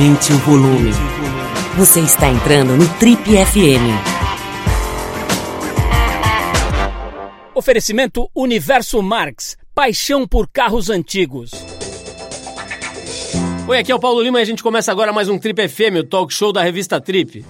Aumente o volume. Você está entrando no Trip FM. Oferecimento Universo Marx. Paixão por carros antigos. Oi, aqui é o Paulo Lima e a gente começa agora mais um Trip FM, o talk show da revista Trip.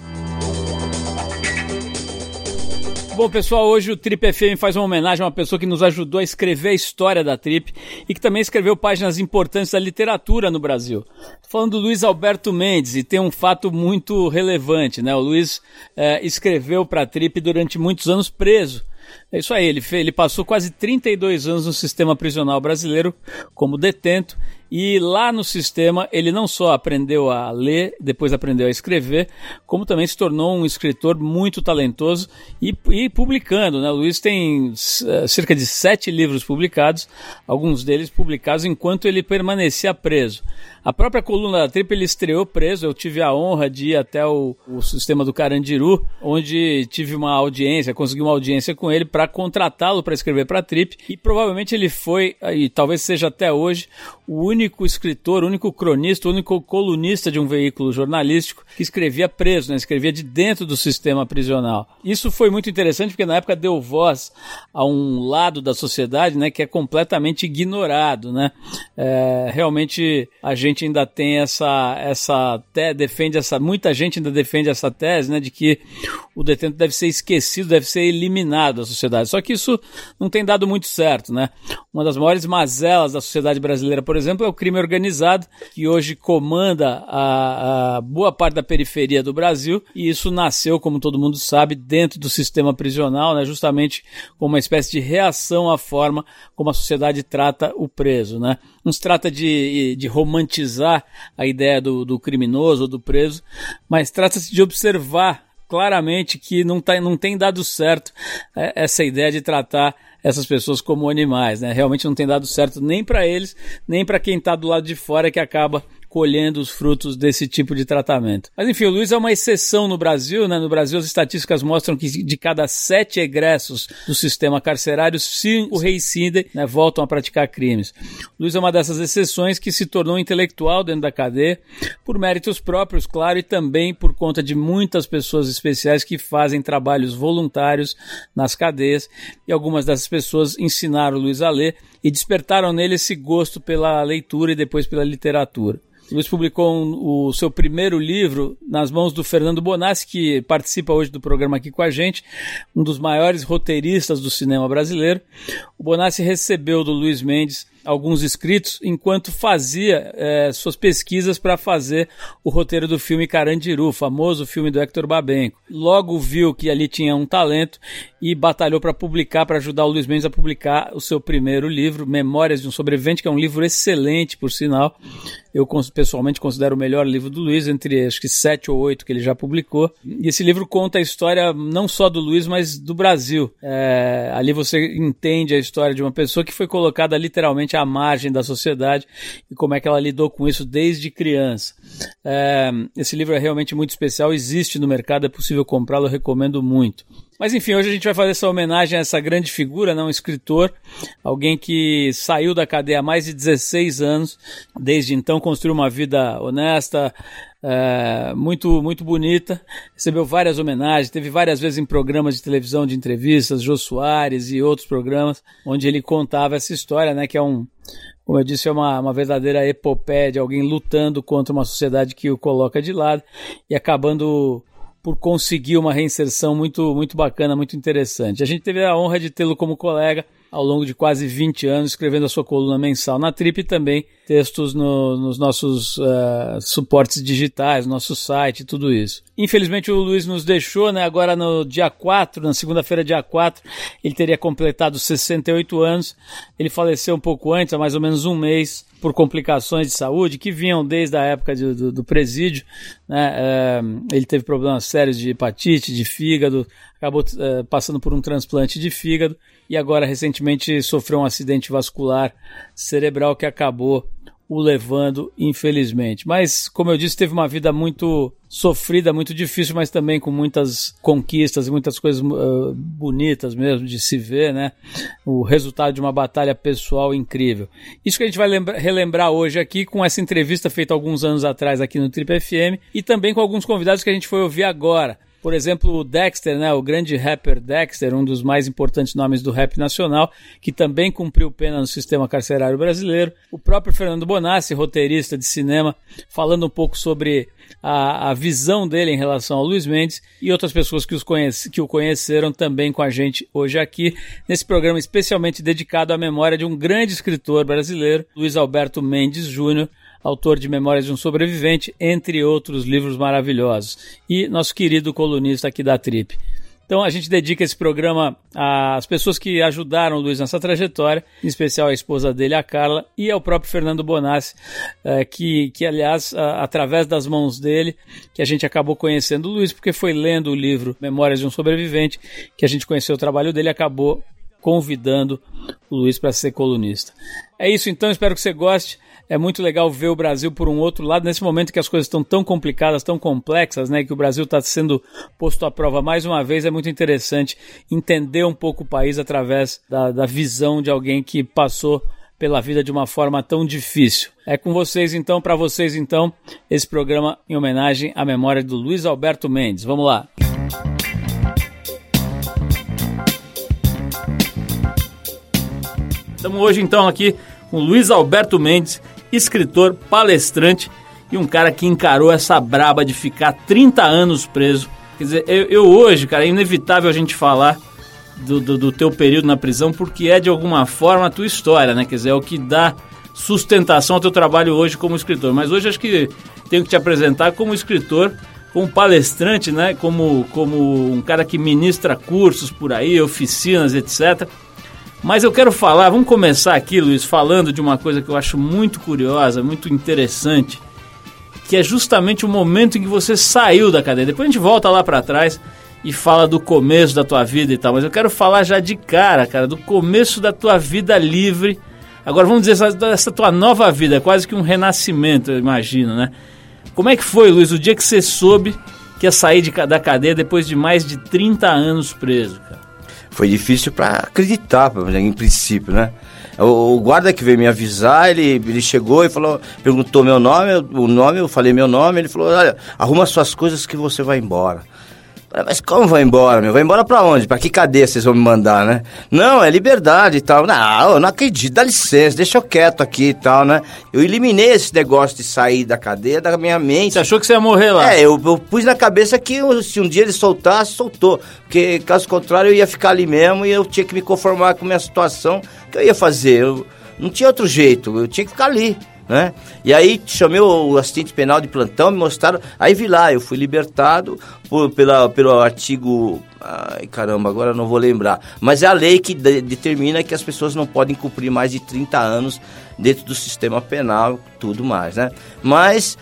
Bom, pessoal, hoje o Trip FM faz uma homenagem a uma pessoa que nos ajudou a escrever a história da Trip e que também escreveu páginas importantes da literatura no Brasil. Estou falando do Luiz Alberto Mendes e tem um fato muito relevante, né? O Luiz escreveu para a Trip durante muitos anos preso. É isso aí, ele passou quase 32 anos no sistema prisional brasileiro como detento e lá no sistema ele não só aprendeu a ler, depois aprendeu a escrever, como também se tornou um escritor muito talentoso e publicando, né? O Luiz tem cerca de 7 livros publicados, alguns deles publicados enquanto ele permanecia preso. A própria coluna da Trip ele estreou preso, eu tive a honra de ir até o sistema do Carandiru, onde tive uma audiência, consegui uma audiência com ele para contratá-lo para escrever para a Trip e provavelmente ele foi, e talvez seja até hoje, o único escritor, o único cronista, o único colunista de um veículo jornalístico que escrevia preso, né? Escrevia de dentro do sistema prisional. Isso foi muito interessante porque na época deu voz a um lado da sociedade, né, que é completamente ignorado, né? Realmente a gente ainda tem muita gente ainda defende essa tese, né, de que o detento deve ser esquecido, deve ser eliminado da sociedade. Só que isso não tem dado muito certo, né? Uma das maiores mazelas da sociedade brasileira, por exemplo, é o crime organizado, que hoje comanda a boa parte da periferia do Brasil, e isso nasceu, como todo mundo sabe, dentro do sistema prisional, né, justamente como uma espécie de reação à forma como a sociedade trata o preso, né? Não se trata de romantizar a ideia do criminoso ou do preso, mas trata-se de observar claramente que não tem dado certo essa ideia de tratar essas pessoas como animais, né? Realmente não tem dado certo nem para eles, nem para quem está do lado de fora que acaba colhendo os frutos desse tipo de tratamento. Mas enfim, o Luiz é uma exceção no Brasil, né? No Brasil as estatísticas mostram que de cada 7 egressos do sistema carcerário, 5 reincidem, né? Voltam a praticar crimes. O Luiz é uma dessas exceções que se tornou intelectual dentro da cadeia, por méritos próprios, claro, e também por conta de muitas pessoas especiais que fazem trabalhos voluntários nas cadeias, e algumas dessas pessoas ensinaram o Luiz a ler e despertaram nele esse gosto pela leitura e depois pela literatura. O Luiz publicou o seu primeiro livro nas mãos do Fernando Bonassi, que participa hoje do programa aqui com a gente, um dos maiores roteiristas do cinema brasileiro. O Bonassi recebeu do Luiz Mendes alguns escritos enquanto fazia suas pesquisas para fazer o roteiro do filme Carandiru, o famoso filme do Hector Babenco. Logo viu que ali tinha um talento e batalhou para publicar, para ajudar o Luiz Mendes a publicar o seu primeiro livro, Memórias de um Sobrevivente, que é um livro excelente, por sinal. Eu pessoalmente considero o melhor livro do Luiz, entre acho que 7 ou 8 que ele já publicou. E esse livro conta a história não só do Luiz, mas do Brasil. Ali você entende a história de uma pessoa que foi colocada literalmente à margem da sociedade e como é que ela lidou com isso desde criança. Esse livro é realmente muito especial, existe no mercado, é possível comprá-lo, eu recomendo muito. Mas enfim, hoje a gente vai fazer essa homenagem a essa grande figura, né? Um escritor, alguém que saiu da cadeia há mais de 16 anos, desde então construiu uma vida honesta, muito, muito bonita, recebeu várias homenagens, teve várias vezes em programas de televisão, de entrevistas, Jô Soares e outros programas, onde ele contava essa história, né? Que como eu disse, é uma verdadeira epopeia de alguém lutando contra uma sociedade que o coloca de lado e acabando por conseguir uma reinserção muito, muito bacana, muito interessante. A gente teve a honra de tê-lo como colega ao longo de quase 20 anos, escrevendo a sua coluna mensal na Trip e também textos nos nossos suportes digitais, nosso site, tudo isso. Infelizmente o Luiz nos deixou, né? Agora no dia 4, na segunda-feira, dia 4, ele teria completado 68 anos. Ele faleceu um pouco antes, há mais ou menos um mês, por complicações de saúde que vinham desde a época do presídio, né? Ele teve problemas sérios de hepatite, de fígado, acabou passando por um transplante de fígado e agora recentemente sofreu um acidente vascular cerebral que acabou o levando, infelizmente. Mas, como eu disse, teve uma vida muito sofrida, muito difícil, mas também com muitas conquistas e muitas coisas bonitas mesmo de se ver, né? O resultado de uma batalha pessoal incrível. Isso que a gente vai relembrar hoje aqui com essa entrevista feita alguns anos atrás aqui no Trip FM e também com alguns convidados que a gente foi ouvir agora. Por exemplo, o Dexter, né, o grande rapper Dexter, um dos mais importantes nomes do rap nacional, que também cumpriu pena no sistema carcerário brasileiro. O próprio Fernando Bonassi, roteirista de cinema, falando um pouco sobre a visão dele em relação ao Luiz Mendes e outras pessoas que o conheceram também com a gente hoje aqui, nesse programa especialmente dedicado à memória de um grande escritor brasileiro, Luiz Alberto Mendes Júnior, autor de Memórias de um Sobrevivente, entre outros livros maravilhosos, e nosso querido colunista aqui da Trip. Então a gente dedica esse programa às pessoas que ajudaram o Luiz nessa trajetória, em especial a esposa dele, a Carla, e ao próprio Fernando Bonassi, que aliás, através das mãos dele, que a gente acabou conhecendo o Luiz, porque foi lendo o livro Memórias de um Sobrevivente, que a gente conheceu o trabalho dele e acabou convidando o Luiz para ser colunista. É isso então, espero que você goste. É muito legal ver o Brasil por um outro lado, nesse momento que as coisas estão tão complicadas, tão complexas, né, que o Brasil está sendo posto à prova mais uma vez. É muito interessante entender um pouco o país através da visão de alguém que passou pela vida de uma forma tão difícil. É com vocês então, para vocês então, esse programa em homenagem à memória do Luiz Alberto Mendes. Vamos lá! Estamos hoje então aqui com Luiz Alberto Mendes, escritor, palestrante e um cara que encarou essa braba de ficar 30 anos preso. Quer dizer, eu hoje, cara, é inevitável a gente falar do teu período na prisão, porque é de alguma forma a tua história, né? Quer dizer, é o que dá sustentação ao teu trabalho hoje como escritor. Mas hoje acho que tenho que te apresentar como escritor, como palestrante, né? Como um cara que ministra cursos por aí, oficinas, etc. Mas eu quero falar, vamos começar aqui, Luiz, falando de uma coisa que eu acho muito curiosa, muito interessante, que é justamente o momento em que você saiu da cadeia. Depois a gente volta lá para trás e fala do começo da tua vida e tal, mas eu quero falar já de cara, do começo da tua vida livre. Agora vamos dizer, essa tua nova vida, quase que um renascimento, eu imagino, né? Como é que foi, Luiz, o dia que você soube que ia sair da cadeia depois de mais de 30 anos preso, cara? Foi difícil para acreditar, em princípio, né? O guarda que veio me avisar, ele chegou e perguntou meu nome, eu falei meu nome, ele falou, olha, arruma suas coisas que você vai embora. Mas como vai embora, meu? Vai embora pra onde? Pra que cadeia vocês vão me mandar, né? Não, é liberdade e tal. Não, eu não acredito, dá licença, deixa eu quieto aqui e tal, né? Eu eliminei esse negócio de sair da cadeia da minha mente. Você achou que você ia morrer lá? Eu pus na cabeça que se um dia ele soltasse, soltou. Porque caso contrário eu ia ficar ali mesmo e eu tinha que me conformar com a minha situação. O que eu ia fazer? Eu não tinha outro jeito, eu tinha que ficar ali. Né? E aí chamei o assistente penal de plantão, me mostraram, aí vi lá, eu fui libertado pelo artigo, ai caramba, agora não vou lembrar, mas é a lei que determina que as pessoas não podem cumprir mais de 30 anos dentro do sistema penal, tudo mais, né? Mas,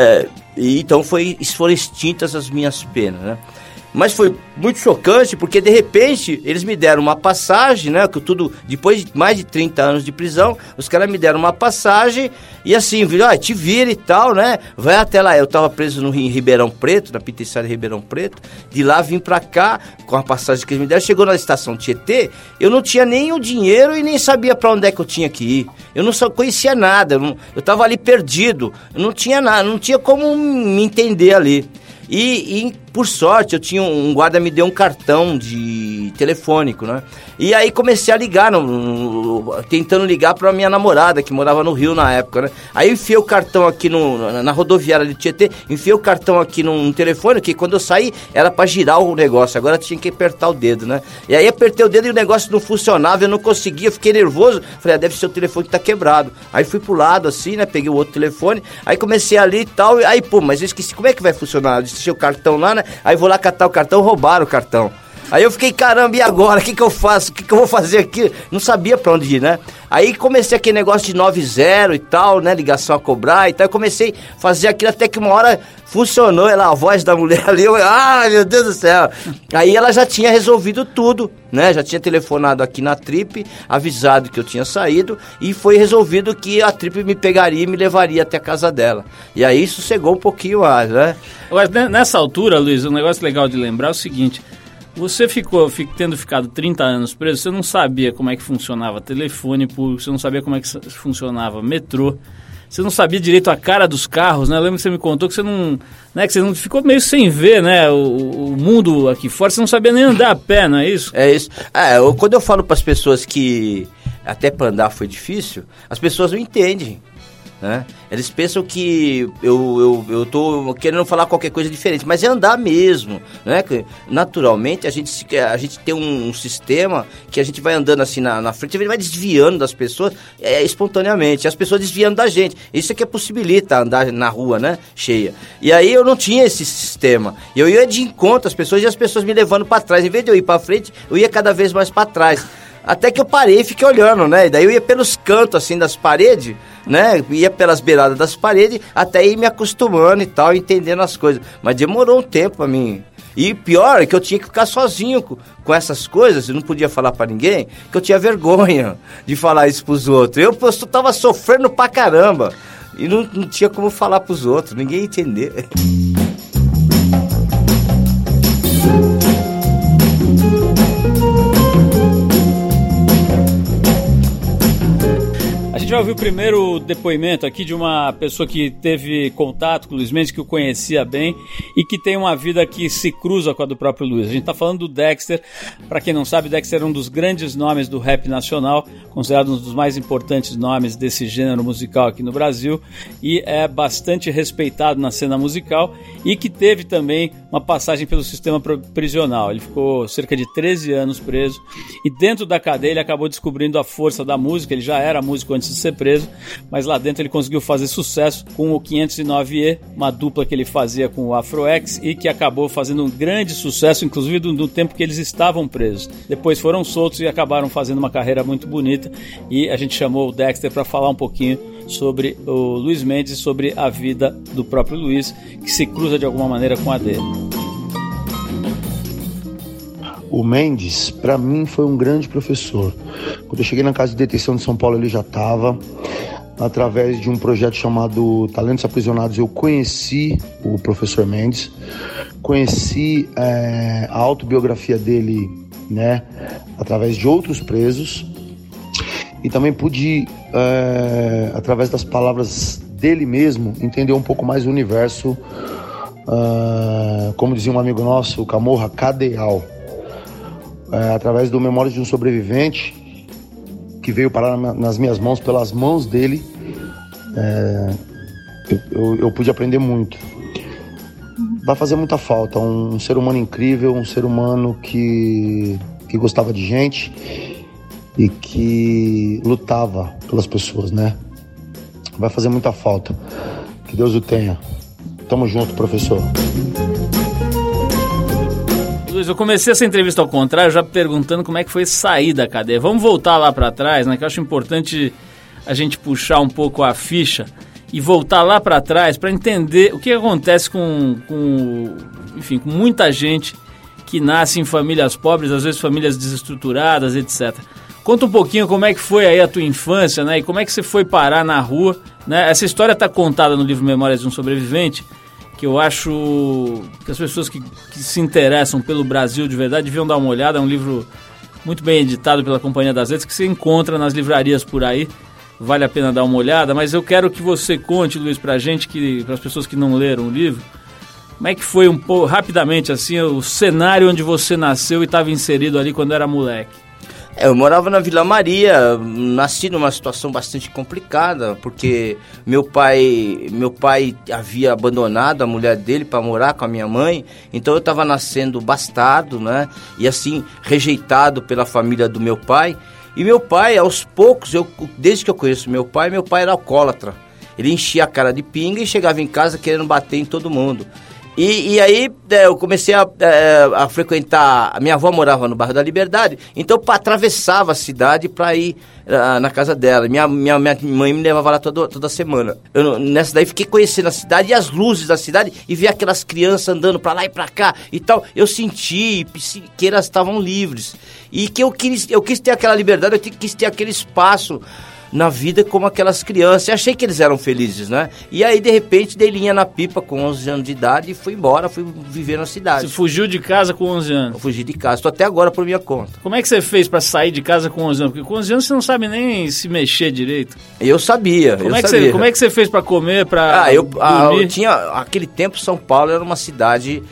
então foram extintas as minhas penas, né? Mas foi muito chocante, porque de repente eles me deram uma passagem, né? Que tudo, depois de mais de 30 anos de prisão, os caras me deram uma passagem e assim, te vira e tal, né? Vai até lá. Eu tava preso em Ribeirão Preto, na penitenciária de Ribeirão Preto. De lá vim pra cá, com a passagem que eles me deram. Chegou na estação Tietê, eu não tinha nem o dinheiro e nem sabia pra onde é que eu tinha que ir. Eu não conhecia nada, eu tava ali perdido. Eu não tinha nada, não tinha como me entender ali. E por sorte, um guarda me deu um cartão de telefônico, né? E aí comecei a ligar, tentando ligar pra minha namorada, que morava no Rio na época, né? Aí enfiei o cartão aqui na rodoviária de Tietê, enfiei o cartão aqui num telefone, que quando eu saí era pra girar o negócio, agora tinha que apertar o dedo, né? E aí apertei o dedo e o negócio não funcionava, eu não conseguia, fiquei nervoso, falei, deve ser o telefone que tá quebrado. Aí fui pro lado assim, né? Peguei o outro telefone, aí comecei ali e tal, aí mas eu esqueci, como é que vai funcionar? Eu deixei o cartão lá, né? Aí vou lá catar o cartão, roubaram o cartão. Aí eu fiquei, caramba, e agora? O que eu faço? O que eu vou fazer aqui? Não sabia pra onde ir, né? Aí comecei aquele negócio de 90 e tal, né? Ligação a cobrar e tal. Eu comecei a fazer aquilo até que uma hora funcionou. Ela, a voz da mulher ali, meu Deus do céu. Aí ela já tinha resolvido tudo, né? Já tinha telefonado aqui na Trip, avisado que eu tinha saído. E foi resolvido que a Trip me pegaria e me levaria até a casa dela. E aí sossegou um pouquinho mais, né? Agora, nessa altura, Luiz, um negócio legal de lembrar é o seguinte... Você tendo ficado 30 anos preso, você não sabia como é que funcionava telefone público, você não sabia como é que funcionava metrô, você não sabia direito a cara dos carros, né? Eu lembro que você me contou que você não ficou meio sem ver, né? O mundo aqui fora, você não sabia nem andar a pé, não é isso? É isso. Quando eu falo para as pessoas que até para andar foi difícil, as pessoas não entendem. Né? Eles pensam que eu tô querendo falar qualquer coisa diferente, mas é andar mesmo, né? Naturalmente a gente tem um sistema que a gente vai andando assim na frente, a gente vai desviando das pessoas espontaneamente, as pessoas desviando da gente. Isso é que possibilita andar na rua, né? Cheia. E aí eu não tinha esse sistema. Eu ia de encontro às pessoas e as pessoas me levando para trás. Em vez de eu ir para frente, eu ia cada vez mais para trás. Até que eu parei e fiquei olhando, né? E daí eu ia pelos cantos, assim, das paredes, né? Ia pelas beiradas das paredes, até ir me acostumando e tal, entendendo as coisas. Mas demorou um tempo pra mim. E pior é que eu tinha que ficar sozinho com essas coisas, eu não podia falar pra ninguém, que eu tinha vergonha de falar isso pros outros. Eu tava sofrendo pra caramba. E não tinha como falar pros outros, ninguém ia entender. A gente vai ouvir o primeiro depoimento aqui de uma pessoa que teve contato com o Luiz Mendes, que o conhecia bem e que tem uma vida que se cruza com a do próprio Luiz. A gente está falando do Dexter. Para quem não sabe, Dexter é um dos grandes nomes do rap nacional, considerado um dos mais importantes nomes desse gênero musical aqui no Brasil, e é bastante respeitado na cena musical e que teve também uma passagem pelo sistema prisional. Ele ficou cerca de 13 anos preso e dentro da cadeia ele acabou descobrindo a força da música. Ele já era músico antes de ser preso, mas lá dentro ele conseguiu fazer sucesso com o 509E, uma dupla que ele fazia com o Afro-X e que acabou fazendo um grande sucesso, inclusive no tempo que eles estavam presos. Depois foram soltos e acabaram fazendo uma carreira muito bonita, e a gente chamou o Dexter para falar um pouquinho sobre o Luiz Mendes e sobre a vida do próprio Luiz, que se cruza de alguma maneira com a dele. O Mendes, para mim, foi um grande professor. Quando eu cheguei na casa de detenção de São Paulo, ele já estava. Através de um projeto chamado Talentos Aprisionados, eu conheci o professor Mendes, conheci a autobiografia dele, né, através de outros presos, e também pude, através das palavras dele mesmo, entender um pouco mais o universo, como dizia um amigo nosso, o Camorra, cadeal. Através do Memórias de um Sobrevivente, que veio parar nas minhas mãos, pelas mãos dele, eu pude aprender muito. Vai fazer muita falta, um ser humano incrível, um ser humano que gostava de gente e que lutava pelas pessoas, né? Vai fazer muita falta. Que Deus o tenha. Tamo junto, professor. Luiz, eu comecei essa entrevista ao contrário, já perguntando como é que foi sair da cadeia. Vamos voltar lá para trás, né? Que eu acho importante a gente puxar um pouco a ficha e voltar lá para trás para entender o que acontece com muita gente que nasce em famílias pobres, às vezes famílias desestruturadas, etc. Conta um pouquinho como é que foi aí a tua infância, né? E como é que você foi parar na rua, né? Essa história está contada no livro Memórias de um Sobrevivente, que eu acho que as pessoas que se interessam pelo Brasil de verdade deviam dar uma olhada. É um livro muito bem editado pela Companhia das Letras, que você encontra nas livrarias por aí. Vale a pena dar uma olhada, mas eu quero que você conte, Luiz, pra gente, para as pessoas que não leram o livro, como é que foi um pouco, rapidamente, assim, o cenário onde você nasceu e estava inserido ali quando era moleque. Eu morava na Vila Maria, nasci numa situação bastante complicada, porque meu pai havia abandonado a mulher dele para morar com a minha mãe, então eu estava nascendo bastardo, né? E assim, rejeitado pela família do meu pai. E meu pai, aos poucos, desde que eu conheço meu pai era alcoólatra. Ele enchia a cara de pinga e chegava em casa querendo bater em todo mundo. E aí eu comecei a frequentar, a minha avó morava no bairro da Liberdade, então eu atravessava a cidade para ir na casa dela. Minha mãe me levava lá toda semana. Nessa daí fiquei conhecendo a cidade e as luzes da cidade e vi aquelas crianças andando para lá e para cá e tal. Eu senti que elas estavam livres e que eu quis ter aquela liberdade, eu quis ter aquele espaço na vida como aquelas crianças. Eu achei que eles eram felizes, né? E aí, de repente, dei linha na pipa com 11 anos de idade e fui embora, fui viver na cidade. Você fugiu de casa com 11 anos? Eu fugi de casa, estou até agora por minha conta. Como é que você fez para sair de casa com 11 anos? Porque com 11 anos você não sabe nem se mexer direito. Eu sabia, como é que você fez para comer, para eu tinha... Aquele tempo, São Paulo era uma cidade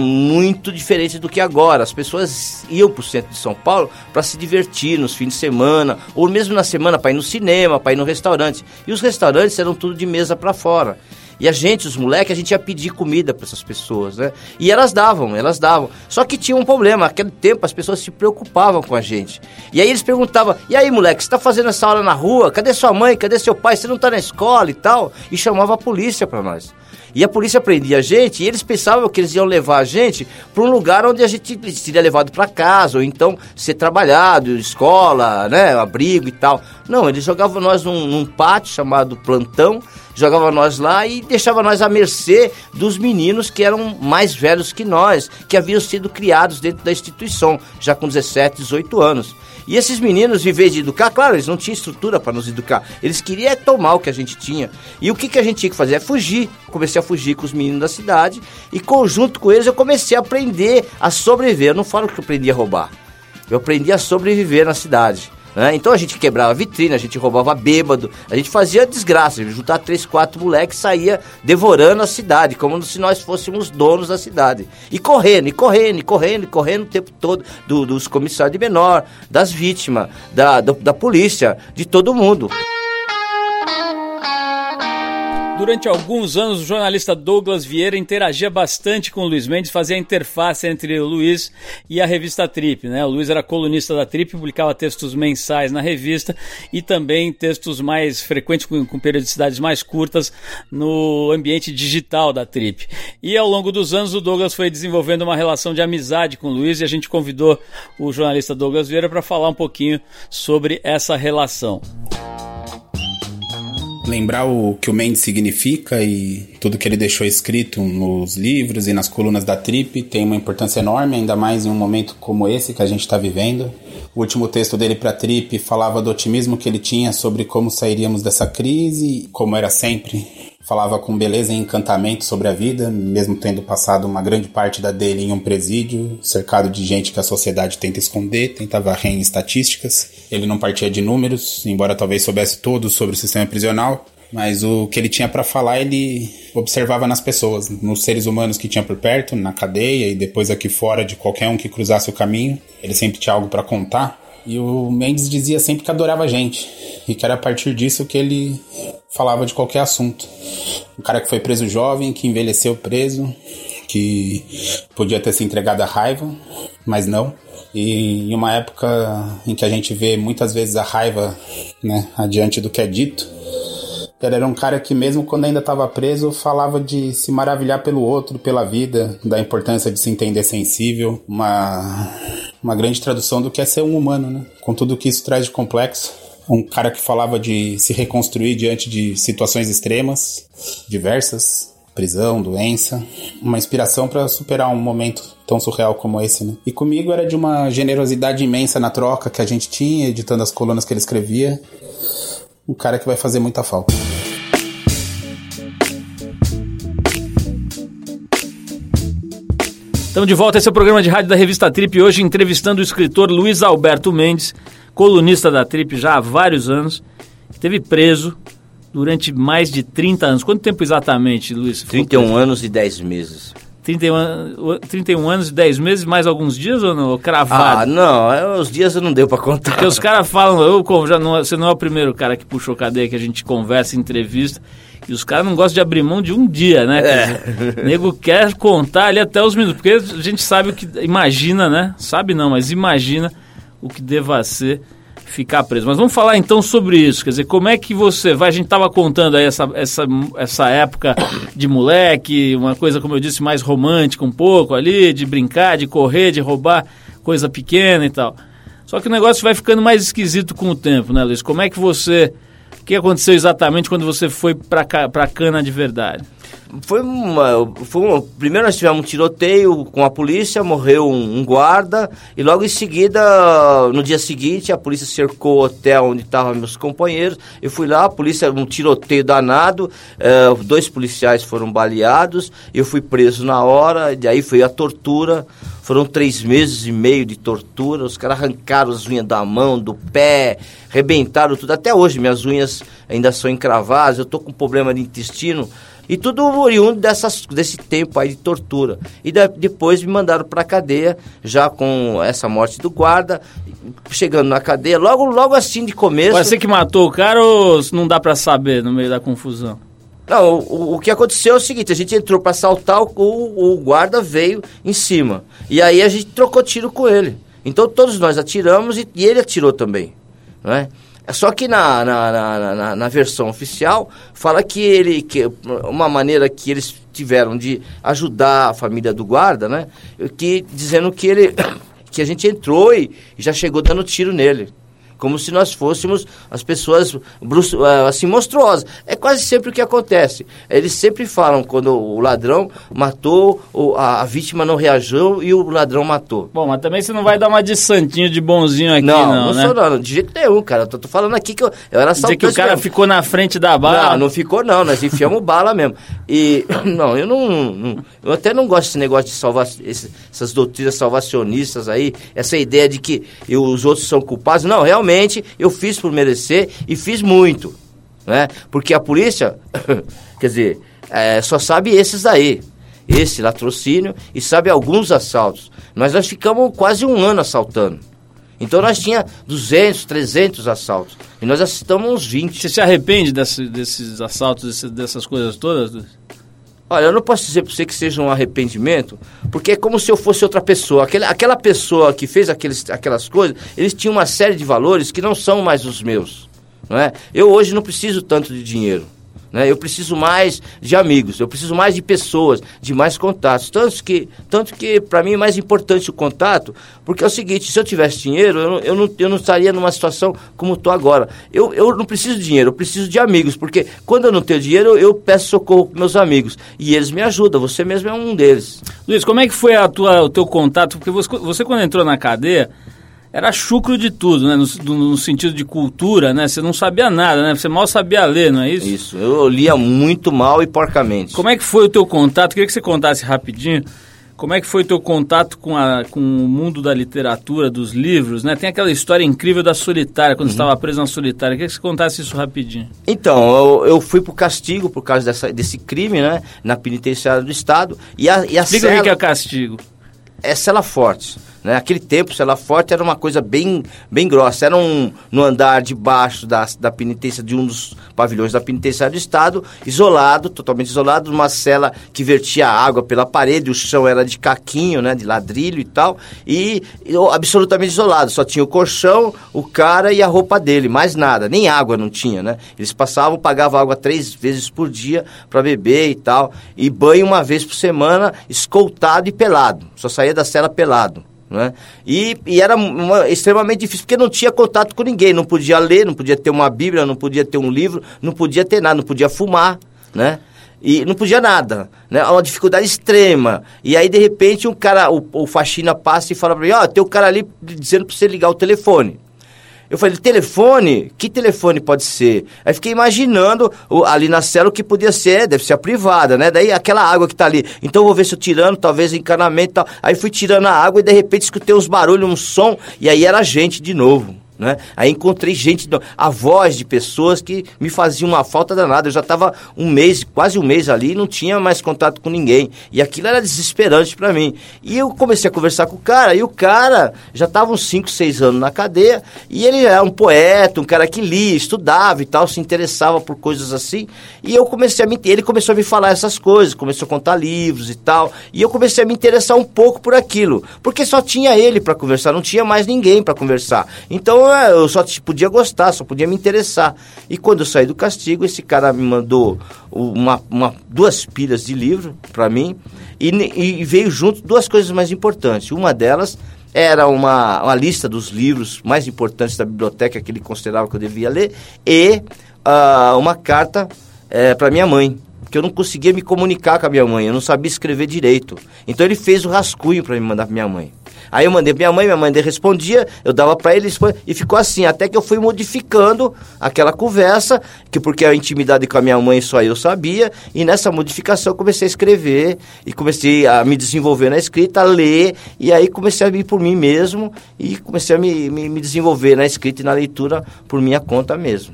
muito diferente do que agora. As pessoas iam para o centro de São Paulo para se divertir nos fins de semana, ou mesmo na semana para ir no cinema, para ir no restaurante. E os restaurantes eram tudo de mesa para fora. E os moleques, a gente ia pedir comida para essas pessoas, né? E elas davam. Só que tinha um problema, naquele tempo as pessoas se preocupavam com a gente. E aí eles perguntavam, e aí moleque, você tá fazendo essa aula na rua? Cadê sua mãe? Cadê seu pai? Você não tá na escola e tal? E chamava a polícia para nós. E a polícia prendia a gente e eles pensavam que eles iam levar a gente para um lugar onde a gente seria levado para casa, ou então ser trabalhado, escola, né, abrigo e tal. Não, eles jogavam nós num pátio chamado plantão, jogavam nós lá e deixavam nós à mercê dos meninos que eram mais velhos que nós, que haviam sido criados dentro da instituição, já com 17, 18 anos. E esses meninos, em vez de educar, claro, eles não tinham estrutura para nos educar. Eles queriam tomar o que a gente tinha. E o que a gente tinha que fazer? É fugir. Comecei a fugir com os meninos da cidade e, conjunto com eles, eu comecei a aprender a sobreviver. Eu não falo que eu aprendi a roubar. Eu aprendi a sobreviver na cidade. Né? Então a gente quebrava vitrine, a gente roubava bêbado, a gente fazia desgraça, juntar 3, 4 moleques, saía devorando a cidade, como se nós fôssemos donos da cidade. E correndo o tempo todo, dos comissários de menor, das vítimas, da polícia, de todo mundo. Durante alguns anos, o jornalista Douglas Vieira interagia bastante com o Luiz Mendes, fazia a interface entre o Luiz e a revista Trip, né? O Luiz era colunista da Trip, publicava textos mensais na revista e também textos mais frequentes, com periodicidades mais curtas, no ambiente digital da Trip. E ao longo dos anos, o Douglas foi desenvolvendo uma relação de amizade com o Luiz e a gente convidou o jornalista Douglas Vieira para falar um pouquinho sobre essa relação. Lembrar o que o Mendes significa e tudo que ele deixou escrito nos livros e nas colunas da Trip tem uma importância enorme, ainda mais em um momento como esse que a gente está vivendo. O último texto dele para a Trip falava do otimismo que ele tinha sobre como sairíamos dessa crise, como era sempre. Falava com beleza e encantamento sobre a vida, mesmo tendo passado uma grande parte da dele em um presídio, cercado de gente que a sociedade tenta esconder, tenta varrer em estatísticas. Ele não partia de números, embora talvez soubesse tudo sobre o sistema prisional, mas o que ele tinha para falar ele observava nas pessoas, nos seres humanos que tinha por perto, na cadeia e depois aqui fora de qualquer um que cruzasse o caminho. Ele sempre tinha algo para contar. E o Mendes dizia sempre que adorava a gente e que era a partir disso que ele falava de qualquer assunto. Um cara que foi preso jovem, que envelheceu preso, que podia ter se entregado à raiva, mas não. E em uma época em que a gente vê muitas vezes a raiva, né, adiante do que é dito, ele era um cara que mesmo quando ainda estava preso falava de se maravilhar pelo outro, pela vida, da importância de se entender sensível, uma grande tradução do que é ser um humano, né? Com tudo que isso traz de complexo. Um cara que falava de se reconstruir diante de situações extremas, diversas, prisão, doença, uma inspiração para superar um momento tão surreal como esse, né? E comigo era de uma generosidade imensa na troca que a gente tinha, editando as colunas que ele escrevia. Um cara que vai fazer muita falta. Estamos de volta, esse é o programa de rádio da revista Trip, hoje entrevistando o escritor Luiz Alberto Mendes, colunista da Trip já há vários anos, esteve preso durante mais de 30 anos. Quanto tempo exatamente, Luiz? 31 anos e 10 meses. 31 anos e 10 meses, mais alguns dias ou não? Cravado? Ah, não, os dias eu não deu pra contar. Porque os caras falam, você não é o primeiro cara que puxou cadeia, que a gente conversa, entrevista, e os caras não gostam de abrir mão de um dia, né? O nego quer contar ali até os minutos, porque a gente sabe o que, imagina, né? Sabe não, mas imagina o que deva ser ficar preso. Mas vamos falar então sobre isso, quer dizer, como é que você vai, a gente estava contando aí essa época de moleque, uma coisa, como eu disse, mais romântica um pouco ali, de brincar, de correr, de roubar coisa pequena e tal. Só que o negócio vai ficando mais esquisito com o tempo, né, Luiz? Como é que você... O que aconteceu exatamente quando você foi pra cana de verdade? Primeiro nós tivemos um tiroteio com a polícia, morreu um guarda, e logo em seguida, no dia seguinte, a polícia cercou o hotel onde estavam meus companheiros. Eu fui lá, a polícia, um tiroteio danado, 2 policiais foram baleados, eu fui preso na hora, e aí foi a tortura. Foram 3 meses e meio de tortura, os caras arrancaram as unhas da mão, do pé, rebentaram tudo. Até hoje minhas unhas ainda são encravadas, eu tô com problema de intestino. E tudo oriundo desse tempo aí de tortura. E depois me mandaram para a cadeia, já com essa morte do guarda, chegando na cadeia, logo assim de começo... Você que matou o cara ou não dá para saber no meio da confusão? Não, o que aconteceu é o seguinte, a gente entrou para assaltar, o guarda veio em cima. E aí a gente trocou tiro com ele. Então todos nós atiramos e ele atirou também, não é? Só que na versão oficial fala que uma maneira que eles tiveram de ajudar a família do guarda, né? Dizendo que a gente entrou e já chegou dando tiro nele. Como se nós fôssemos as pessoas assim, monstruosas. É quase sempre o que acontece. Eles sempre falam quando o ladrão matou, a vítima não reagiu e o ladrão matou. Bom, mas também você não vai dar uma de santinho, de bonzinho aqui, não, né? Não, de jeito nenhum, cara. Tô falando aqui que eu era assaltante. Dizer que o cara mesmo ficou na frente da bala? Não ficou não, nós enfiamos bala mesmo. E, não, eu até não gosto desse negócio de salvar, essas doutrinas salvacionistas aí, essa ideia de que os outros são culpados. Não, realmente, eu fiz por merecer e fiz muito, né? Porque a polícia, quer dizer, só sabe esses aí, esse latrocínio, e sabe alguns assaltos. Nós ficamos quase 1 ano assaltando. Então nós tinha 200, 300 assaltos. E nós assistamos uns 20. Você se arrepende desses assaltos, dessas coisas todas? Olha, eu não posso dizer para você que seja um arrependimento, porque é como se eu fosse outra pessoa. Aquela pessoa que fez aquelas coisas, eles tinham uma série de valores que não são mais os meus, não é? Eu hoje não preciso tanto de dinheiro, né? Eu preciso mais de amigos, eu preciso mais de pessoas, de mais contatos. Tanto que para mim é mais importante o contato, porque é o seguinte, se eu tivesse dinheiro, eu não estaria numa situação como estou agora. Eu não preciso de dinheiro, eu preciso de amigos, porque quando eu não tenho dinheiro, eu peço socorro para meus amigos, e eles me ajudam, você mesmo é um deles. Luiz, como é que foi o teu contato? Porque você quando entrou na cadeia, era chucro de tudo, né? No sentido de cultura, né? Você não sabia nada, né? Você mal sabia ler, não é isso? Isso, eu lia muito mal e porcamente. Como é que foi o teu contato? Queria que você contasse rapidinho. Como é que foi o teu contato com o mundo da literatura, dos livros, né? Tem aquela história incrível da Solitária, quando você estava preso na Solitária. Queria que você contasse isso rapidinho. Então, eu fui pro castigo por causa desse crime, né? Na penitenciária do Estado. Explica o que é castigo. É cela forte. Né? Naquele tempo, cela forte era uma coisa bem grossa. Era no andar de baixo da penitência, de um dos pavilhões da penitenciária do Estado, isolado, totalmente isolado, numa cela que vertia água pela parede, o chão era de caquinho, né? De ladrilho e tal, e absolutamente isolado. Só tinha o colchão, o cara e a roupa dele, mais nada, nem água não tinha, né? Eles pagavam água 3 vezes por dia para beber e tal, e banho 1 vez por semana, escoltado e pelado. Só saía da cela pelado. Né? E era extremamente difícil, porque não tinha contato com ninguém, não podia ler, não podia ter uma Bíblia, não podia ter um livro, não podia ter nada, não podia fumar, né? E não podia nada, né? Uma dificuldade extrema. E aí, de repente, um cara, o faxina passa e fala pra mim, tem um cara ali dizendo pra você ligar o telefone. Eu falei, telefone? Que telefone pode ser? Aí fiquei imaginando ali na cela o que podia ser, deve ser a privada, né? Daí aquela água que tá ali. Então vou ver se eu tirando, talvez encanamento e tal. Aí fui tirando a água e de repente escutei uns barulhos, um som, e aí era gente de novo. Né? Aí encontrei a voz de pessoas que me faziam uma falta danada. Eu já estava quase um mês ali e não tinha mais contato com ninguém. E aquilo era desesperante para mim. E eu comecei a conversar com o cara, e o cara já estava uns 5, 6 anos na cadeia, e ele era um poeta, um cara que lia, estudava e tal, se interessava por coisas assim. E eu ele começou a me falar essas coisas, começou a contar livros e tal, e eu comecei a me interessar um pouco por aquilo, porque só tinha ele para conversar, não tinha mais ninguém para conversar. Então eu só podia gostar, só podia me interessar. E quando eu saí do castigo, esse cara me mandou 2 pilhas de livro para mim e veio junto 2 coisas mais importantes. Uma delas era uma lista dos livros mais importantes da biblioteca que ele considerava que eu devia ler e uma carta para minha mãe, porque eu não conseguia me comunicar com a minha mãe, eu não sabia escrever direito. Então ele fez o rascunho para me mandar para minha mãe. Aí eu mandei para minha mãe respondia, eu dava para ele e ficou assim, até que eu fui modificando aquela conversa, porque a intimidade com a minha mãe só eu sabia, e nessa modificação eu comecei a escrever, e comecei a me desenvolver na escrita, a ler, e aí comecei a vir por mim mesmo, e comecei a me desenvolver na escrita e na leitura por minha conta mesmo.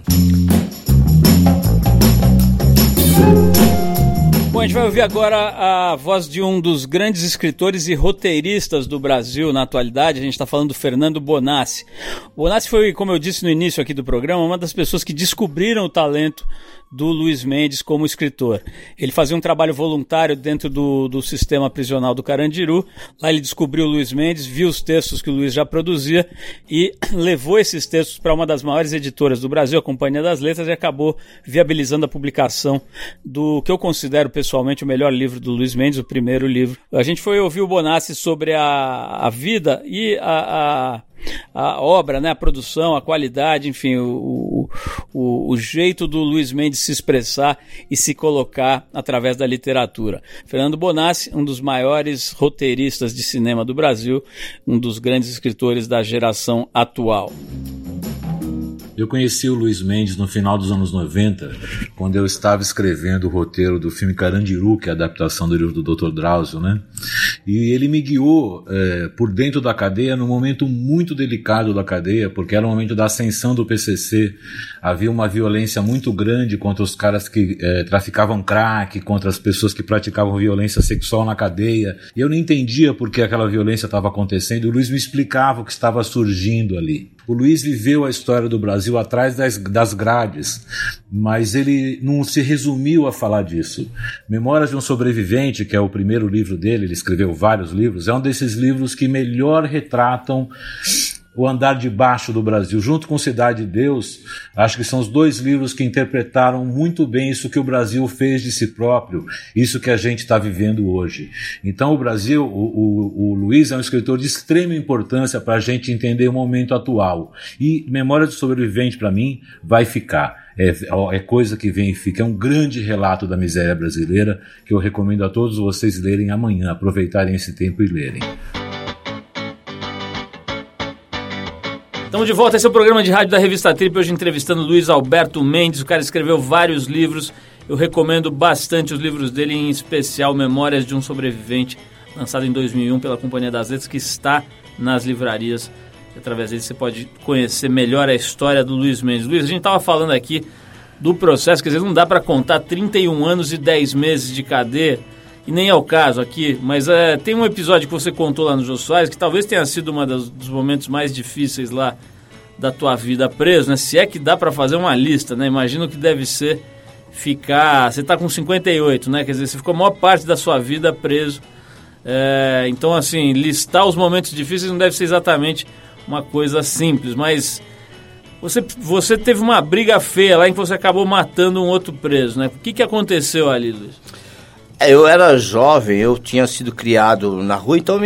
Bom, a gente vai ouvir agora a voz de um dos grandes escritores e roteiristas do Brasil na atualidade. A gente está falando do Fernando Bonassi. O Bonassi foi, como eu disse no início aqui do programa, uma das pessoas que descobriram o talento do Luiz Mendes como escritor. Ele fazia um trabalho voluntário dentro do sistema prisional do Carandiru. Lá ele descobriu o Luiz Mendes, viu os textos que o Luiz já produzia e levou esses textos para uma das maiores editoras do Brasil, a Companhia das Letras, e acabou viabilizando a publicação do que eu considero pessoalmente o melhor livro do Luiz Mendes, o primeiro livro. A gente foi ouvir o Bonassi sobre a vida e a obra, né, a produção, a qualidade, enfim, o jeito do Luiz Mendes se expressar e se colocar através da literatura. Fernando Bonassi, um dos maiores roteiristas de cinema do Brasil, um dos grandes escritores da geração atual. Eu conheci o Luiz Mendes no final dos anos 90, quando eu estava escrevendo o roteiro do filme Carandiru, que é a adaptação do livro do Dr. Drauzio, né? E ele me guiou por dentro da cadeia num momento muito delicado da cadeia, porque era o momento da ascensão do PCC. Havia uma violência muito grande contra os caras que traficavam crack, contra as pessoas que praticavam violência sexual na cadeia. E eu não entendia por que aquela violência estava acontecendo. O Luiz me explicava o que estava surgindo ali. O Luiz viveu a história do Brasil atrás das grades, mas ele não se resumiu a falar disso. Memórias de um Sobrevivente, que é o primeiro livro dele, ele escreveu vários livros, é um desses livros que melhor retratam o andar de baixo do Brasil, junto com Cidade de Deus. Acho que são os 2 livros que interpretaram muito bem isso que o Brasil fez de si próprio, isso que a gente está vivendo hoje. Então o Brasil, o Luiz é um escritor de extrema importância para a gente entender o momento atual. E Memória do Sobrevivente, para mim, vai ficar. É coisa que vem e fica. É um grande relato da miséria brasileira que eu recomendo a todos vocês lerem amanhã, aproveitarem esse tempo e lerem. Estamos de volta, esse é o programa de rádio da Revista Trip, hoje entrevistando Luiz Alberto Mendes. O cara escreveu vários livros, eu recomendo bastante os livros dele, em especial Memórias de um Sobrevivente, lançado em 2001 pela Companhia das Letras, que está nas livrarias. Através dele você pode conhecer melhor a história do Luiz Mendes. Luiz, a gente estava falando aqui do processo, quer dizer, não dá para contar 31 anos e 10 meses de cadeia, e nem é o caso aqui, mas tem um episódio que você contou lá no Jô Soares, que talvez tenha sido um dos momentos mais difíceis lá da tua vida preso, né? Se é que dá para fazer uma lista, né? Imagino que deve ser ficar... Você tá com 58, né? Quer dizer, você ficou a maior parte da sua vida preso. Então, assim, listar os momentos difíceis não deve ser exatamente uma coisa simples, mas você teve uma briga feia lá em que você acabou matando um outro preso, né? O que aconteceu ali, Luiz? Eu era jovem, eu tinha sido criado na rua, então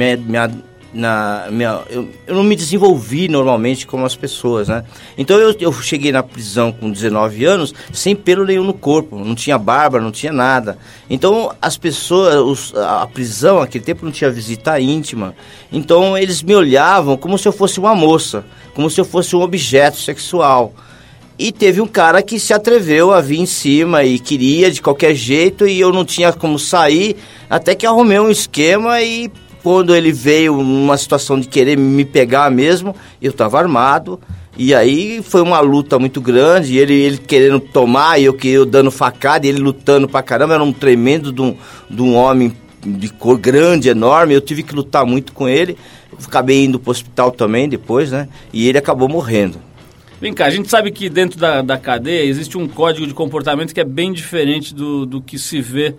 eu não me desenvolvi normalmente como as pessoas, né? Então eu cheguei na prisão com 19 anos sem pelo nenhum no corpo, não tinha barba, não tinha nada. Então as pessoas, a prisão naquele tempo não tinha visita íntima, então eles me olhavam como se eu fosse uma moça, como se eu fosse um objeto sexual. E teve um cara que se atreveu a vir em cima e queria de qualquer jeito e eu não tinha como sair, até que arrumei um esquema e quando ele veio numa situação de querer me pegar mesmo, eu estava armado e aí foi uma luta muito grande, ele querendo tomar e eu dando facada e ele lutando pra caramba, era um tremendo de um homem de cor grande, enorme, eu tive que lutar muito com ele, acabei indo pro hospital também depois, né, e ele acabou morrendo. Vem cá, a gente sabe que dentro da cadeia existe um código de comportamento que é bem diferente do que se vê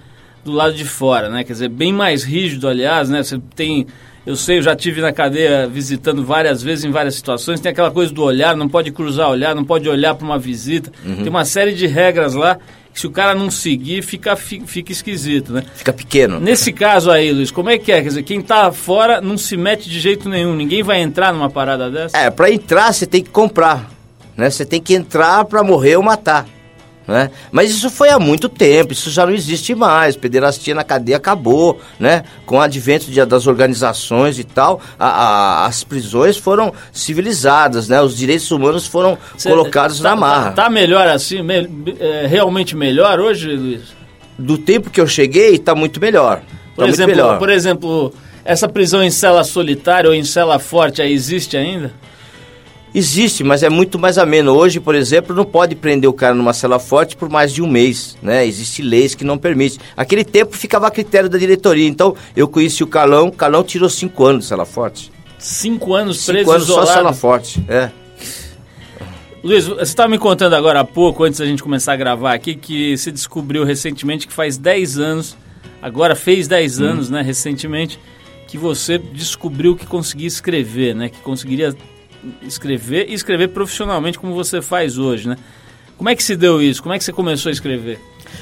do lado de fora, né? Quer dizer, bem mais rígido, aliás, né? Você tem... Eu sei, eu já estive na cadeia visitando várias vezes em várias situações, tem aquela coisa do olhar, não pode cruzar olhar, não pode olhar para uma visita. Tem uma série de regras lá que se o cara não seguir, fica esquisito, né? Fica pequeno. Nesse caso aí, Luiz, como é que é? Quer dizer, quem tá fora não se mete de jeito nenhum, ninguém vai entrar numa parada dessa? Para entrar você tem que comprar, né? Você tem que entrar para morrer ou matar. Né? Mas isso foi há muito tempo, isso já não existe mais, pederastia na cadeia acabou, né? Com o advento das organizações e tal, as prisões foram civilizadas, né? Os direitos humanos foram colocados na marra. Tá melhor assim, realmente melhor hoje, Luiz? Do tempo que eu cheguei, tá muito melhor. Por exemplo, essa prisão em cela solitária ou em cela forte aí existe ainda? Existe, mas é muito mais ameno. Hoje, por exemplo, não pode prender o cara numa cela forte por mais de um mês, né? Existem leis que não permitem. Aquele tempo ficava a critério da diretoria. Então, eu conheci o Carlão tirou 5 anos de cela forte. 5 anos preso, 5 anos isolado? Só cela forte, Luiz, você estava me contando agora há pouco, antes da gente começar a gravar aqui, que você descobriu recentemente que faz 10 anos, agora fez 10 anos, né, recentemente, que você descobriu que conseguia escrever, né? Que conseguiria escrever e escrever profissionalmente como você faz hoje, né? Como é que se deu isso? Como é que você começou a escrever?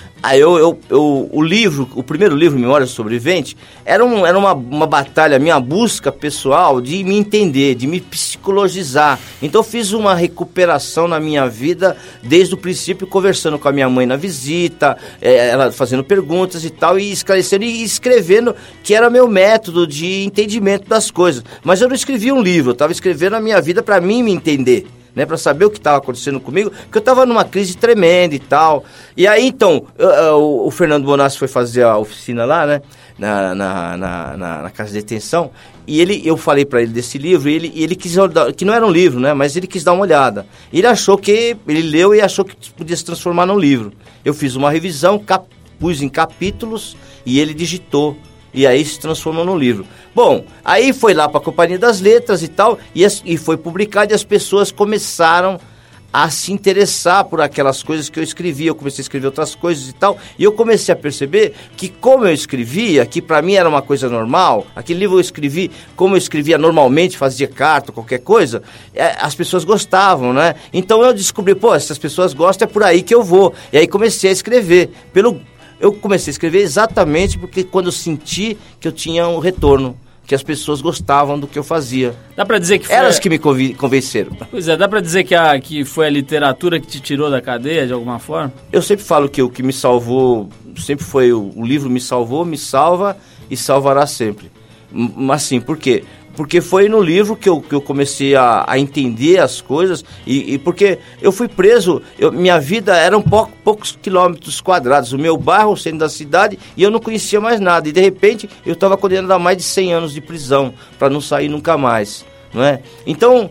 O primeiro livro, Memórias do Sobrevivente, era uma batalha, minha busca pessoal de me entender, de me psicologizar. Então eu fiz uma recuperação na minha vida desde o princípio, conversando com a minha mãe na visita, ela fazendo perguntas e tal, e esclarecendo e escrevendo, que era meu método de entendimento das coisas. Mas eu não escrevia um livro, eu estava escrevendo a minha vida para mim me entender, né, para saber o que estava acontecendo comigo, porque eu estava numa crise tremenda e tal. E aí, então, o Fernando Bonassi foi fazer a oficina lá, né, na casa de detenção, e eu falei para ele desse livro, e ele quis, que não era um livro, né, mas ele quis dar uma olhada. Ele leu e achou que podia se transformar num livro. Eu fiz uma revisão, pus em capítulos, e ele digitou. E aí se transformou num livro. Bom, aí foi lá para a Companhia das Letras e tal, e foi publicado, e as pessoas começaram a se interessar por aquelas coisas que eu escrevia. Eu comecei a escrever outras coisas e tal, e eu comecei a perceber que como eu escrevia, que para mim era uma coisa normal, aquele livro eu escrevi como eu escrevia normalmente, fazia carta, qualquer coisa, as pessoas gostavam, né? Então eu descobri, se as pessoas gostam, é por aí que eu vou. E aí comecei a escrever, eu comecei a escrever exatamente porque quando eu senti que eu tinha um retorno, que as pessoas gostavam do que eu fazia. Dá pra dizer que foi... Elas que me convenceram. Pois é, dá pra dizer que foi a literatura que te tirou da cadeia, de alguma forma? Eu sempre falo que o que me salvou, sempre foi o livro me salvou, me salva e salvará sempre. Mas sim, por quê? Porque foi no livro que eu comecei a entender as coisas e porque eu fui preso, minha vida era poucos quilômetros quadrados, o meu bairro, o centro da cidade, e eu não conhecia mais nada. E de repente eu estava condenado a mais de 100 anos de prisão para não sair nunca mais, não é? Então,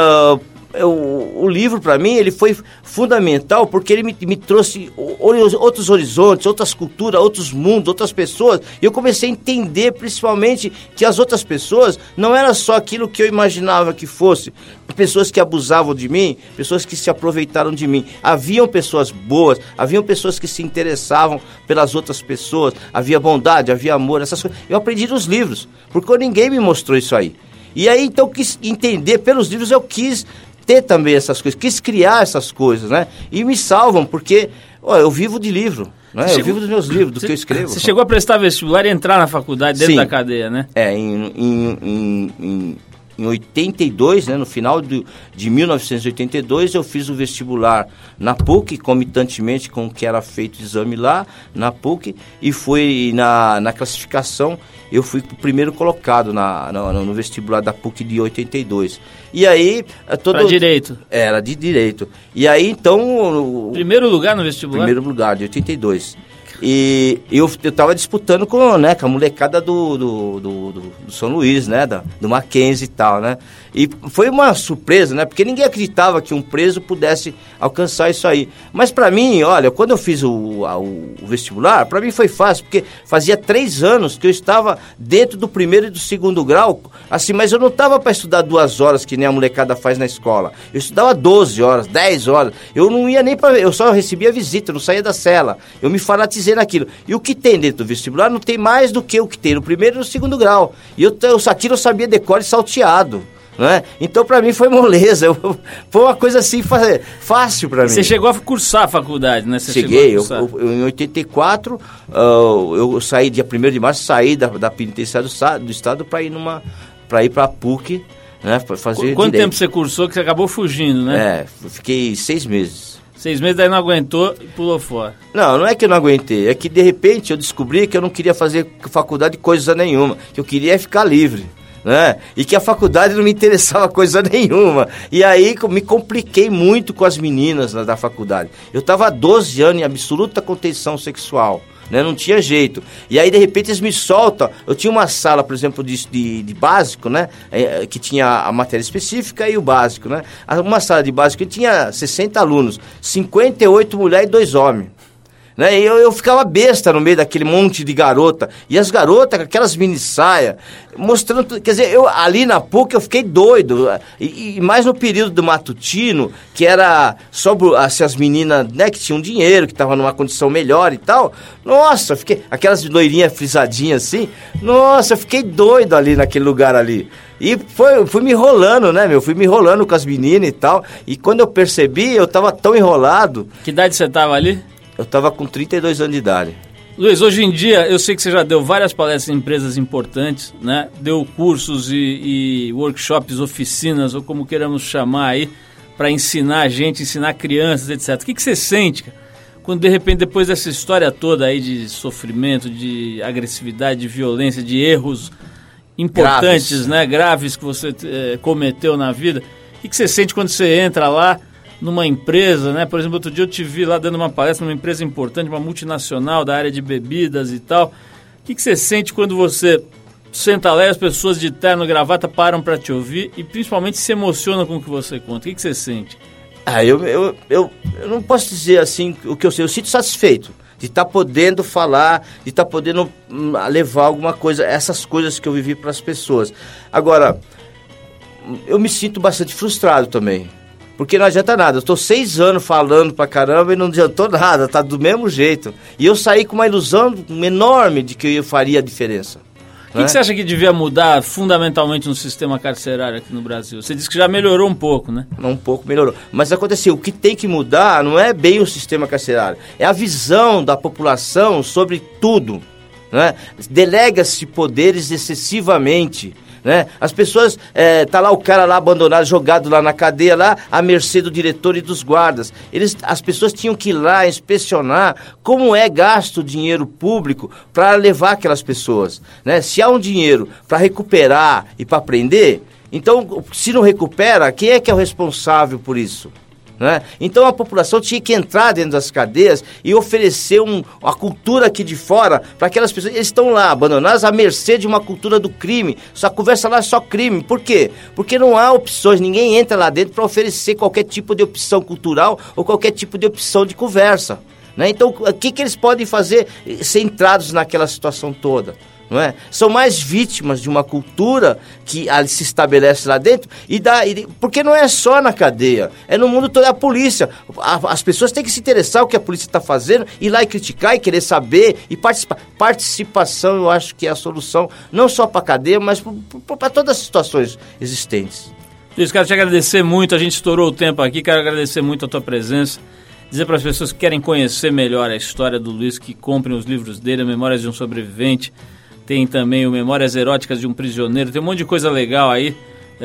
o livro para mim ele foi fundamental porque ele me trouxe outros horizontes, outras culturas, outros mundos, outras pessoas, e eu comecei a entender principalmente que as outras pessoas não era só aquilo que eu imaginava que fosse, pessoas que abusavam de mim, pessoas que se aproveitaram de mim. Haviam pessoas boas, haviam pessoas que se interessavam pelas outras pessoas, havia bondade, havia amor, essas coisas. Eu aprendi nos livros, porque ninguém me mostrou isso aí. E aí então eu quis entender pelos livros, eu quis ter também essas coisas, quis criar essas coisas, né? E me salvam, porque eu vivo de livro, né? Eu vivo dos meus livros, do que eu escrevo. Você chegou a prestar vestibular e entrar na faculdade dentro da cadeia, né? Em 82, né, no final de 1982, eu fiz o vestibular na PUC, comitantemente com o que era feito o exame lá, na PUC, e foi na classificação, eu fui o primeiro colocado no vestibular da PUC de 82. E aí... Para direito? Era de direito. E aí, então... Primeiro lugar no vestibular? Primeiro lugar, de 82. E eu estava disputando com a molecada do São Luís, né? Do Mackenzie e tal, né? E foi uma surpresa, né? Porque ninguém acreditava que um preso pudesse alcançar isso aí. Mas para mim, olha, quando eu fiz o vestibular, para mim foi fácil, porque fazia 3 anos que eu estava dentro do primeiro e do segundo grau, assim, mas eu não estava para estudar 2 horas, que nem a molecada faz na escola. Eu estudava 12 horas, 10 horas. Eu não ia nem para... Eu só recebia visita, eu não saía da cela. Eu me fanatizei fazer naquilo. E o que tem dentro do vestibular não tem mais do que o que tem no primeiro e no segundo grau. E aquilo eu sabia decor e salteado. Né? Então pra mim foi moleza, foi uma coisa assim fácil pra mim. Você chegou a cursar a faculdade, né? Cheguei, em 84 eu saí, dia 1º de março, saí da penitenciária do estado pra ir pra PUC, né? Pra fazer Quanto direito. tempo você cursou que você acabou fugindo, né? Eu fiquei 6 meses. 6 meses, daí não aguentou e pulou fora. Não é que eu não aguentei, é que de repente eu descobri que eu não queria fazer faculdade coisa nenhuma, que eu queria ficar livre. Né? E que a faculdade não me interessava coisa nenhuma. E aí me compliquei muito com as meninas da faculdade. Eu estava há 12 anos em absoluta contenção sexual, né? Não tinha jeito. E aí de repente eles me soltam. Eu tinha uma sala, por exemplo, de básico, né? Que tinha a matéria específica e o básico, né? Uma sala de básico que tinha 60 alunos, 58 mulheres e 2 homens. Né? E eu ficava besta no meio daquele monte de garota. E as garotas com aquelas mini saias, mostrando... Quer dizer, ali na PUC eu fiquei doido. E mais no período do matutino, que era só assim, as meninas, né, que tinham dinheiro, que estavam numa condição melhor e tal. Nossa, eu fiquei... Aquelas loirinhas frisadinhas assim. Nossa, eu fiquei doido ali naquele lugar ali. E fui me enrolando, né, meu? Fui me enrolando com as meninas e tal. E quando eu percebi, eu tava tão enrolado... Que idade você tava ali? Eu estava com 32 anos de idade. Luiz, hoje em dia, eu sei que você já deu várias palestras em empresas importantes, né? Deu cursos e workshops, oficinas, ou como queiramos chamar aí, para ensinar a gente, ensinar crianças, etc. O que você sente, cara, quando de repente, depois dessa história toda aí de sofrimento, de agressividade, de violência, de erros importantes, graves que você cometeu na vida, o que você sente quando você entra lá numa empresa, né? Por exemplo, outro dia eu te vi lá dando uma palestra numa empresa importante, uma multinacional da área de bebidas e tal. O que você sente quando você senta lá e as pessoas de terno e gravata param para te ouvir e principalmente se emocionam com o que você conta? O que você sente? Eu não posso dizer assim o que eu sei. Eu sinto satisfeito de estar podendo falar, de estar podendo levar alguma coisa, essas coisas que eu vivi para as pessoas. Agora, eu me sinto bastante frustrado também. Porque não adianta nada, eu estou 6 anos falando pra caramba e não adiantou nada, tá do mesmo jeito. E eu saí com uma ilusão enorme de que eu faria a diferença. O que você acha que devia mudar fundamentalmente no sistema carcerário aqui no Brasil? Você disse que já melhorou um pouco, né? Um pouco melhorou. Mas aconteceu, o que tem que mudar não é bem o sistema carcerário, é a visão da população sobre tudo. Né? Delega-se poderes excessivamente. Né? As pessoas, tá lá o cara lá abandonado, jogado lá na cadeia, lá à mercê do diretor e dos guardas. As pessoas tinham que ir lá inspecionar como é gasto o dinheiro público para levar aquelas pessoas. Né? Se há um dinheiro para recuperar e para prender, então se não recupera, quem é que é o responsável por isso? Né? Então a população tinha que entrar dentro das cadeias e oferecer a cultura aqui de fora para aquelas pessoas. Eles estão lá abandonadas à mercê de uma cultura do crime. Só conversa lá é só crime. Por quê? Porque não há opções, ninguém entra lá dentro para oferecer qualquer tipo de opção cultural ou qualquer tipo de opção de conversa. Né? Então o que eles podem fazer centrados naquela situação toda? Não é? São mais vítimas de uma cultura que se estabelece lá dentro porque não é só na cadeia, é no mundo todo. A polícia, as pessoas têm que se interessar o que a polícia está fazendo, ir lá e criticar e querer saber e participar. Participação, eu acho que é a solução, não só para a cadeia, mas para todas as situações existentes. Luiz, quero te agradecer muito, a gente estourou o tempo aqui, quero agradecer muito a tua presença, dizer para as pessoas que querem conhecer melhor a história do Luiz, que comprem os livros dele, Memórias de um Sobrevivente. Tem também o Memórias Eróticas de um Prisioneiro, tem um monte de coisa legal aí.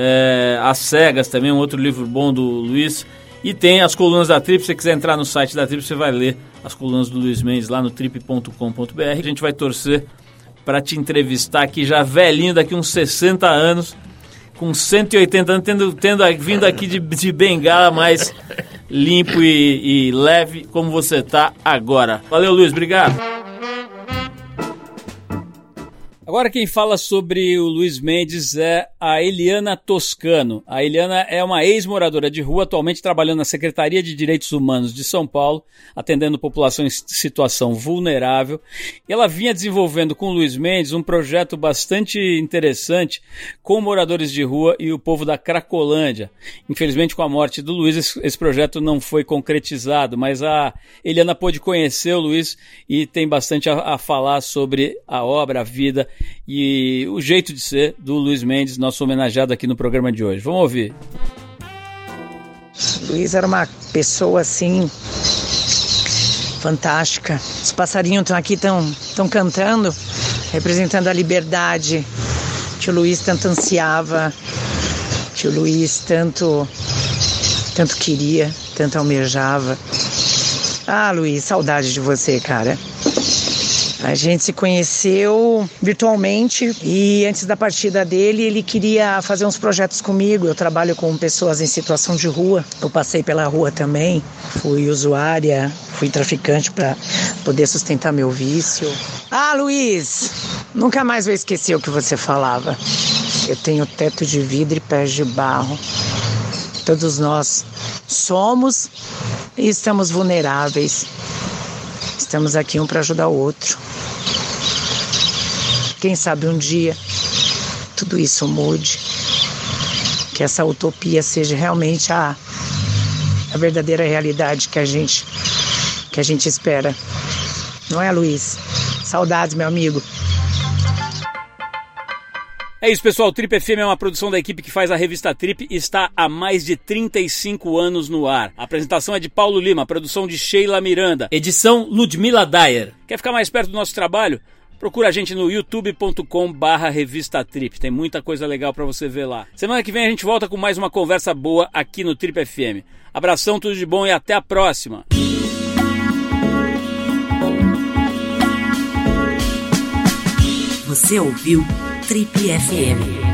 As Cegas também, um outro livro bom do Luiz. E tem as colunas da Trip, se você quiser entrar no site da Trip, você vai ler as colunas do Luiz Mendes lá no trip.com.br. A gente vai torcer para te entrevistar aqui já velhinho, daqui uns 60 anos, com 180 anos, vindo aqui de bengala mais limpo e leve, como você tá agora. Valeu, Luiz, obrigado. Agora quem fala sobre o Luiz Mendes é a Eliana Toscano. A Eliana é uma ex-moradora de rua, atualmente trabalhando na Secretaria de Direitos Humanos de São Paulo, atendendo população em situação vulnerável. E ela vinha desenvolvendo com o Luiz Mendes um projeto bastante interessante com moradores de rua e o povo da Cracolândia. Infelizmente, com a morte do Luiz, esse projeto não foi concretizado, mas a Eliana pôde conhecer o Luiz e tem bastante a falar sobre a obra, a vida e o jeito de ser do Luiz Mendes, nosso homenageado aqui no programa de hoje. Vamos ouvir. Luiz era uma pessoa assim fantástica. Os passarinhos estão aqui, estão cantando, representando a liberdade que o Luiz tanto ansiava, que o Luiz tanto queria, tanto almejava. Ah, Luiz, saudade de você, cara. A gente se conheceu virtualmente e antes da partida dele, ele queria fazer uns projetos comigo. Eu trabalho com pessoas em situação de rua. Eu passei pela rua também, fui usuária, fui traficante para poder sustentar meu vício. Ah, Luiz, nunca mais vou esquecer o que você falava. Eu tenho teto de vidro e pés de barro. Todos nós somos e estamos vulneráveis. Estamos aqui um para ajudar o outro. Quem sabe um dia tudo isso mude, que essa utopia seja realmente a verdadeira realidade que a gente espera. Não é, Luiz? Saudades, meu amigo. É isso, pessoal. O Trip FM é uma produção da equipe que faz a revista Trip e está há mais de 35 anos no ar. A apresentação é de Paulo Lima, produção de Sheila Miranda, edição Ludmila Dyer. Quer ficar mais perto do nosso trabalho? Procura a gente no youtube.com/revista Trip. Tem muita coisa legal pra você ver lá. Semana que vem a gente volta com mais uma conversa boa aqui no Trip FM. Abração, tudo de bom e até a próxima. Você ouviu Trip FM.